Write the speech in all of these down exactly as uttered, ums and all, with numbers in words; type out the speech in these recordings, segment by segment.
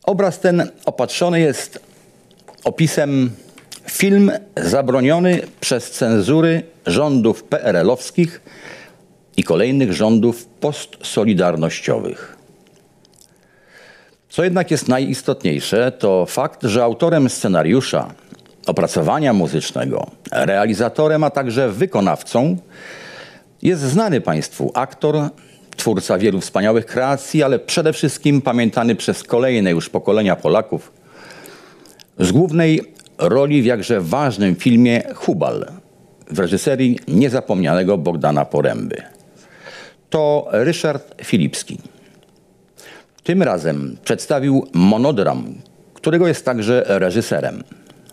Obraz ten opatrzony jest opisem film zabroniony przez cenzury rządów P R L-owskich i kolejnych rządów postsolidarnościowych. Co jednak jest najistotniejsze, to fakt, że autorem scenariusza, opracowania muzycznego, realizatorem, a także wykonawcą jest znany Państwu aktor, twórca wielu wspaniałych kreacji, ale przede wszystkim pamiętany przez kolejne już pokolenia Polaków z głównej roli w jakże ważnym filmie Hubal w reżyserii niezapomnianego Bogdana Poręby. To Ryszard Filipski. Tym razem przedstawił monodram, którego jest także reżyserem.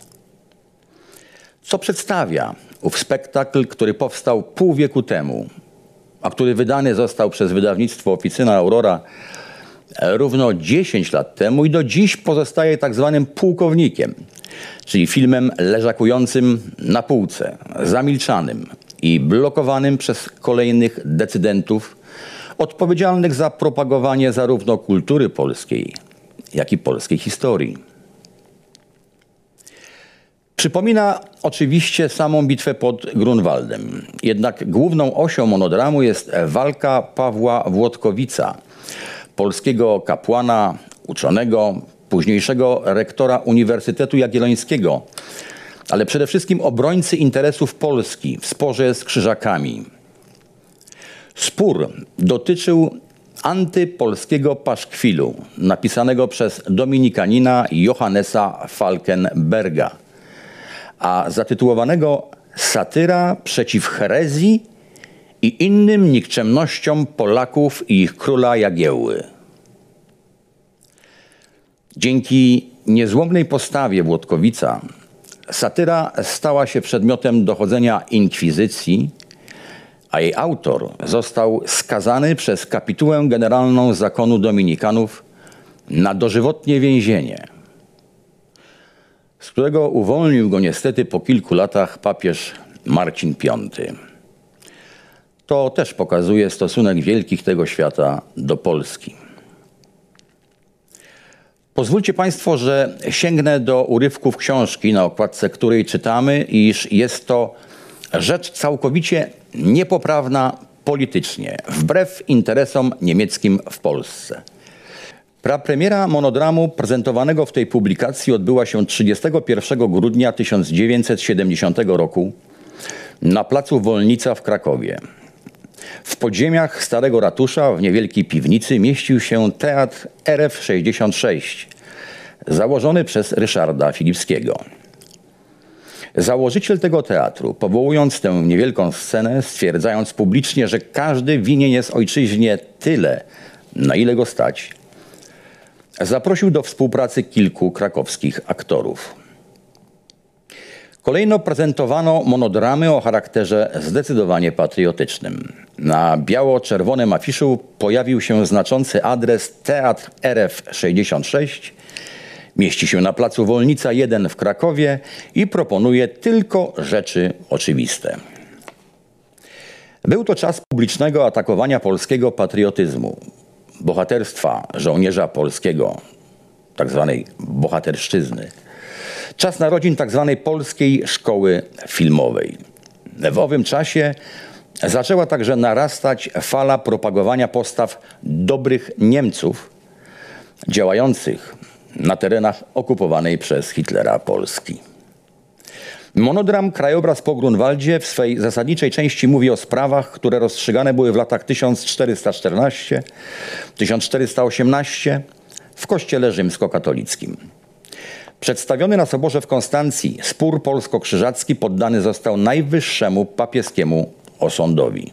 Co przedstawia ów spektakl, który powstał pół wieku temu, a który wydany został przez wydawnictwo Oficyna Aurora równo dziesięć lat temu i do dziś pozostaje tak zwanym pułkownikiem, czyli filmem leżakującym na półce, zamilczanym i blokowanym przez kolejnych decydentów odpowiedzialnych za propagowanie zarówno kultury polskiej, jak i polskiej historii. Przypomina oczywiście samą bitwę pod Grunwaldem. Jednak główną osią monodramu jest walka Pawła Włodkowica, polskiego kapłana, uczonego, późniejszego rektora Uniwersytetu Jagiellońskiego, ale przede wszystkim obrońcy interesów Polski w sporze z Krzyżakami. Spór dotyczył antypolskiego paszkwilu napisanego przez dominikanina Johannesa Falkenberga, a zatytułowanego Satyra przeciw herezji i innym nikczemnościom Polaków i ich króla Jagiełły. Dzięki niezłomnej postawie Włodkowica satyra stała się przedmiotem dochodzenia inkwizycji, a jej autor został skazany przez kapitułę generalną zakonu dominikanów na dożywotnie więzienie, z którego uwolnił go niestety po kilku latach papież Marcin Piąty. To też pokazuje stosunek wielkich tego świata do Polski. Pozwólcie Państwo, że sięgnę do urywków książki, na okładce której czytamy, iż jest to rzecz całkowicie niepoprawna politycznie, wbrew interesom niemieckim w Polsce. Prapremiera monodramu prezentowanego w tej publikacji odbyła się trzydziestego pierwszego grudnia tysiąc dziewięćset siedemdziesiątego roku na placu Wolnica w Krakowie. W podziemiach Starego Ratusza w niewielkiej piwnicy mieścił się Teatr R F sześćdziesiąt sześć, założony przez Ryszarda Filipskiego. Założyciel tego teatru, powołując tę niewielką scenę, stwierdzając publicznie, że każdy winien jest ojczyźnie tyle, na ile go stać, zaprosił do współpracy kilku krakowskich aktorów. Kolejno prezentowano monodramy o charakterze zdecydowanie patriotycznym. Na biało-czerwonym afiszu pojawił się znaczący adres Teatr R F sześćdziesiąt sześć, mieści się na placu Wolnica jeden w Krakowie i proponuje tylko rzeczy oczywiste. Był to czas publicznego atakowania polskiego patriotyzmu, bohaterstwa żołnierza polskiego, tak zwanej bohaterszczyzny. Czas narodzin tak zwanej Polskiej Szkoły Filmowej. W owym czasie zaczęła także narastać fala propagowania postaw dobrych Niemców działających na terenach okupowanej przez Hitlera Polski. Monodram Krajobraz po Grunwaldzie w swej zasadniczej części mówi o sprawach, które rozstrzygane były w latach tysiąc czterysta czternastym do tysiąc czterysta osiemnastego w Kościele Rzymskokatolickim. Przedstawiony na Soborze w Konstancji spór polsko-krzyżacki poddany został najwyższemu papieskiemu osądowi.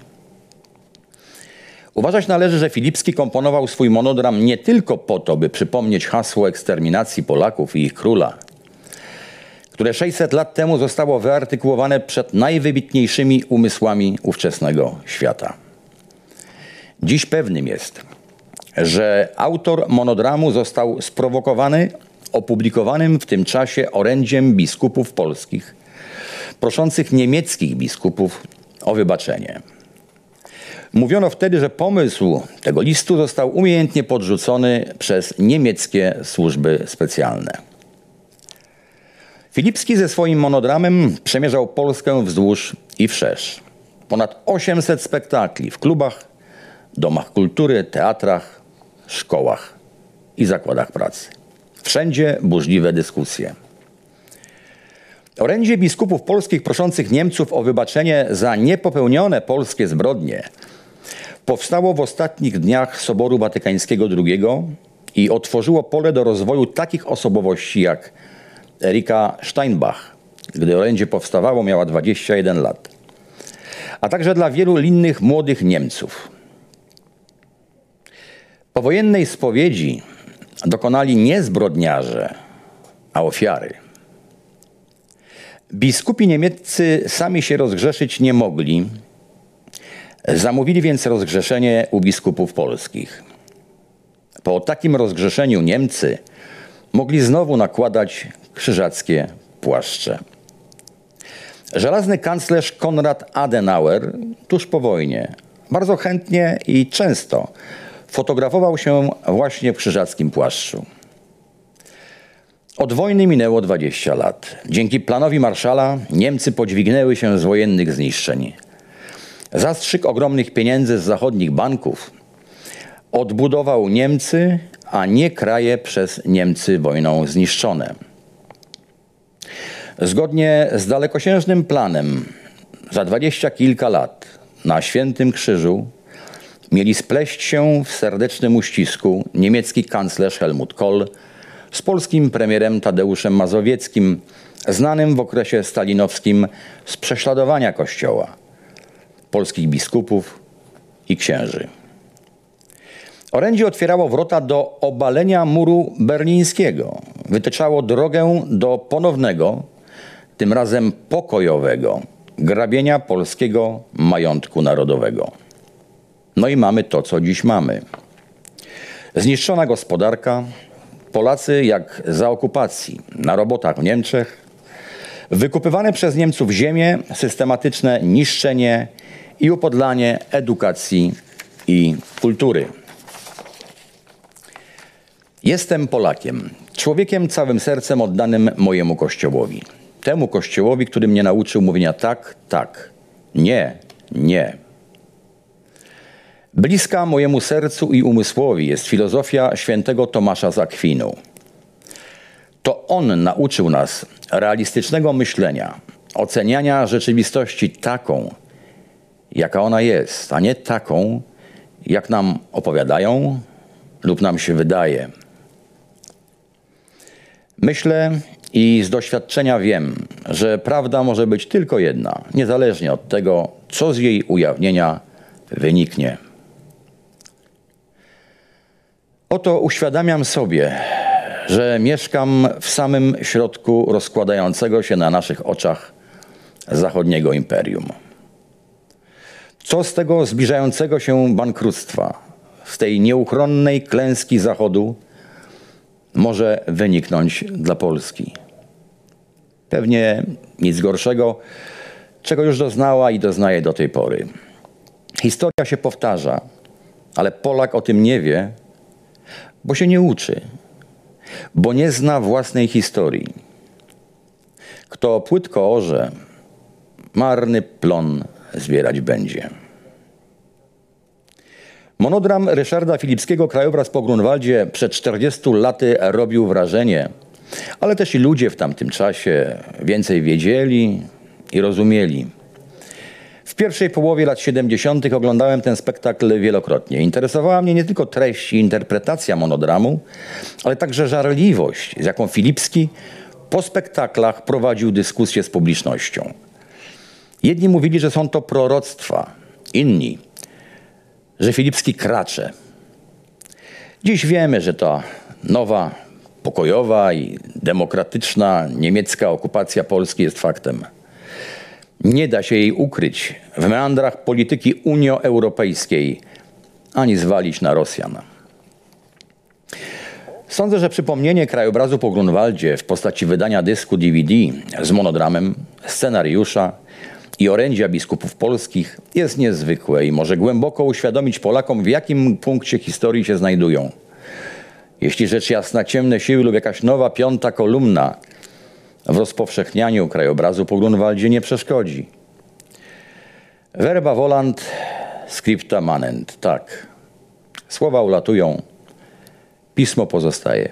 Uważać należy, że Filipski komponował swój monodram nie tylko po to, by przypomnieć hasło eksterminacji Polaków i ich króla, które sześćset lat temu zostało wyartykułowane przed najwybitniejszymi umysłami ówczesnego świata. Dziś pewnym jest, że autor monodramu został sprowokowany opublikowanym w tym czasie orędziem biskupów polskich, proszących niemieckich biskupów o wybaczenie. Mówiono wtedy, że pomysł tego listu został umiejętnie podrzucony przez niemieckie służby specjalne. Filipski ze swoim monodramem przemierzał Polskę wzdłuż i wszerz. Ponad osiemset spektakli w klubach, domach kultury, teatrach, szkołach i zakładach pracy. Wszędzie burzliwe dyskusje. Orędzie biskupów polskich proszących Niemców o wybaczenie za niepopełnione polskie zbrodnie powstało w ostatnich dniach Soboru Watykańskiego drugiego i otworzyło pole do rozwoju takich osobowości jak Erika Steinbach, gdy orędzie powstawało, miała dwadzieścia jeden lat, a także dla wielu innych młodych Niemców. Powojennej spowiedzi dokonali nie zbrodniarze, a ofiary. Biskupi niemieccy sami się rozgrzeszyć nie mogli, zamówili więc rozgrzeszenie u biskupów polskich. Po takim rozgrzeszeniu Niemcy mogli znowu nakładać krzyżackie płaszcze. Żelazny kanclerz Konrad Adenauer tuż po wojnie bardzo chętnie i często fotografował się właśnie w krzyżackim płaszczu. Od wojny minęło dwadzieścia lat. Dzięki planowi Marszala Niemcy podźwignęły się z wojennych zniszczeń. Zastrzyk ogromnych pieniędzy z zachodnich banków odbudował Niemcy, a nie kraje przez Niemcy wojną zniszczone. Zgodnie z dalekosiężnym planem za dwadzieścia kilka lat na Świętym Krzyżu mieli spleść się w serdecznym uścisku niemiecki kanclerz Helmut Kohl z polskim premierem Tadeuszem Mazowieckim, znanym w okresie stalinowskim z prześladowania Kościoła, polskich biskupów i księży. Orędzie otwierało wrota do obalenia muru berlińskiego, wytyczało drogę do ponownego, tym razem pokojowego, grabienia polskiego majątku narodowego. No i mamy to, co dziś mamy. Zniszczona gospodarka, Polacy jak za okupacji, na robotach w Niemczech, wykupywane przez Niemców ziemie, systematyczne niszczenie i upodlanie edukacji i kultury. Jestem Polakiem, człowiekiem całym sercem oddanym mojemu Kościołowi. Temu Kościołowi, który mnie nauczył mówienia tak, tak, nie, nie. Bliska mojemu sercu i umysłowi jest filozofia świętego Tomasza z Akwinu. To on nauczył nas realistycznego myślenia, oceniania rzeczywistości taką, jaka ona jest, a nie taką, jak nam opowiadają lub nam się wydaje. Myślę i z doświadczenia wiem, że prawda może być tylko jedna, niezależnie od tego, co z jej ujawnienia wyniknie. Oto uświadamiam sobie, że mieszkam w samym środku rozkładającego się na naszych oczach zachodniego imperium. Co z tego zbliżającego się bankructwa, z tej nieuchronnej klęski Zachodu może wyniknąć dla Polski? Pewnie nic gorszego, czego już doznała i doznaje do tej pory. Historia się powtarza, ale Polak o tym nie wie, bo się nie uczy, bo nie zna własnej historii. Kto płytko orze, marny plon zbierać będzie. Monodram Ryszarda Filipskiego Krajobraz po Grunwaldzie przed czterdziestu laty robił wrażenie, ale też i ludzie w tamtym czasie więcej wiedzieli i rozumieli. W pierwszej połowie lat siedemdziesiątych oglądałem ten spektakl wielokrotnie. Interesowała mnie nie tylko treść i interpretacja monodramu, ale także żarliwość, z jaką Filipski po spektaklach prowadził dyskusję z publicznością. Jedni mówili, że są to proroctwa, inni, że Filipski kracze. Dziś wiemy, że ta nowa, pokojowa i demokratyczna niemiecka okupacja Polski jest faktem. Nie da się jej ukryć w meandrach polityki unioeuropejskiej, ani zwalić na Rosjan. Sądzę, że przypomnienie krajobrazu po Grunwaldzie w postaci wydania dysku D V D z monodramem, scenariusza i orędzia biskupów polskich jest niezwykłe i może głęboko uświadomić Polakom, w jakim punkcie historii się znajdują. Jeśli rzecz jasna ciemne siły lub jakaś nowa piąta kolumna w rozpowszechnianiu krajobrazu po Grunwaldzie nie przeszkodzi. Verba volant, scripta manent. Tak, słowa ulatują, pismo pozostaje.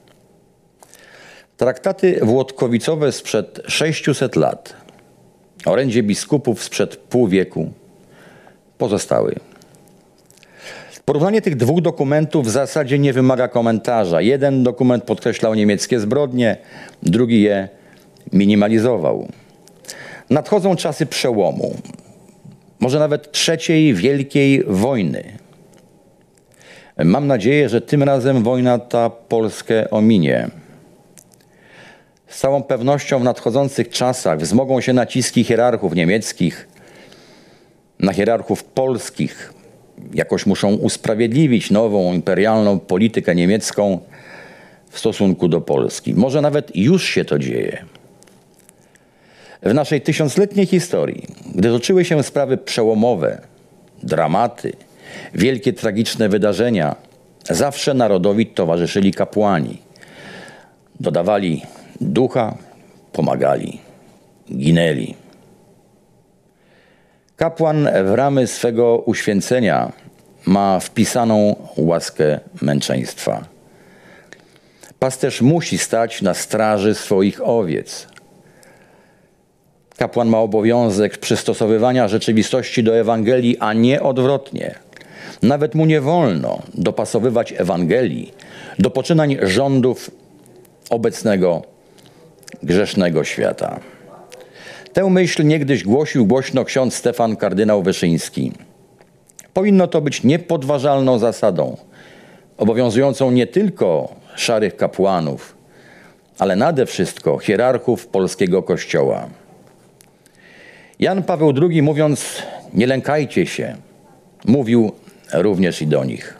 Traktaty włodkowicowe sprzed sześciuset lat, orędzie biskupów sprzed pół wieku pozostały. Porównanie tych dwóch dokumentów w zasadzie nie wymaga komentarza. Jeden dokument podkreślał niemieckie zbrodnie, drugi je minimalizował. Nadchodzą czasy przełomu, może nawet trzeciej wielkiej wojny. Mam nadzieję, że tym razem wojna ta Polskę ominie. Z całą pewnością w nadchodzących czasach wzmogą się naciski hierarchów niemieckich na hierarchów polskich. Jakoś muszą usprawiedliwić nową imperialną politykę niemiecką w stosunku do Polski. Może nawet już się to dzieje. W naszej tysiącletniej historii, gdy toczyły się sprawy przełomowe, dramaty, wielkie tragiczne wydarzenia, zawsze narodowi towarzyszyli kapłani. Dodawali ducha, pomagali, ginęli. Kapłan w ramy swego uświęcenia ma wpisaną łaskę męczeństwa. Pasterz musi stać na straży swoich owiec. Kapłan ma obowiązek przystosowywania rzeczywistości do Ewangelii, a nie odwrotnie. Nawet mu nie wolno dopasowywać Ewangelii do poczynań rządów obecnego grzesznego świata. Tę myśl niegdyś głosił głośno ksiądz Stefan kardynał Wyszyński. Powinno to być niepodważalną zasadą, obowiązującą nie tylko szarych kapłanów, ale nade wszystko hierarchów polskiego Kościoła. Jan Paweł drugi, mówiąc „nie lękajcie się”, mówił również i do nich.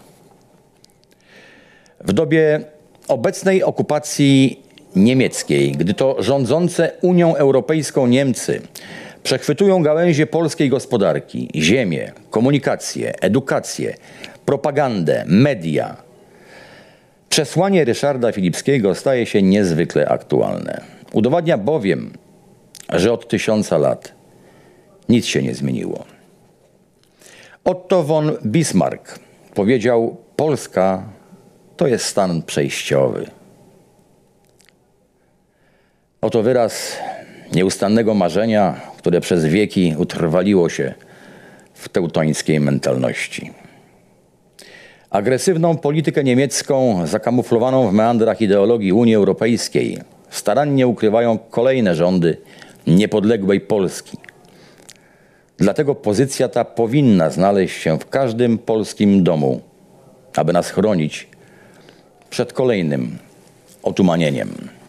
W dobie obecnej okupacji niemieckiej, gdy to rządzące Unią Europejską Niemcy przechwytują gałęzie polskiej gospodarki, ziemię, komunikację, edukację, propagandę, media, przesłanie Ryszarda Filipskiego staje się niezwykle aktualne. Udowadnia bowiem, że od tysiąca lat nic się nie zmieniło. Otto von Bismarck powiedział: Polska to jest stan przejściowy. Oto wyraz nieustannego marzenia, które przez wieki utrwaliło się w teutońskiej mentalności. Agresywną politykę niemiecką, zakamuflowaną w meandrach ideologii Unii Europejskiej, starannie ukrywają kolejne rządy niepodległej Polski. Dlatego pozycja ta powinna znaleźć się w każdym polskim domu, aby nas chronić przed kolejnym otumanieniem.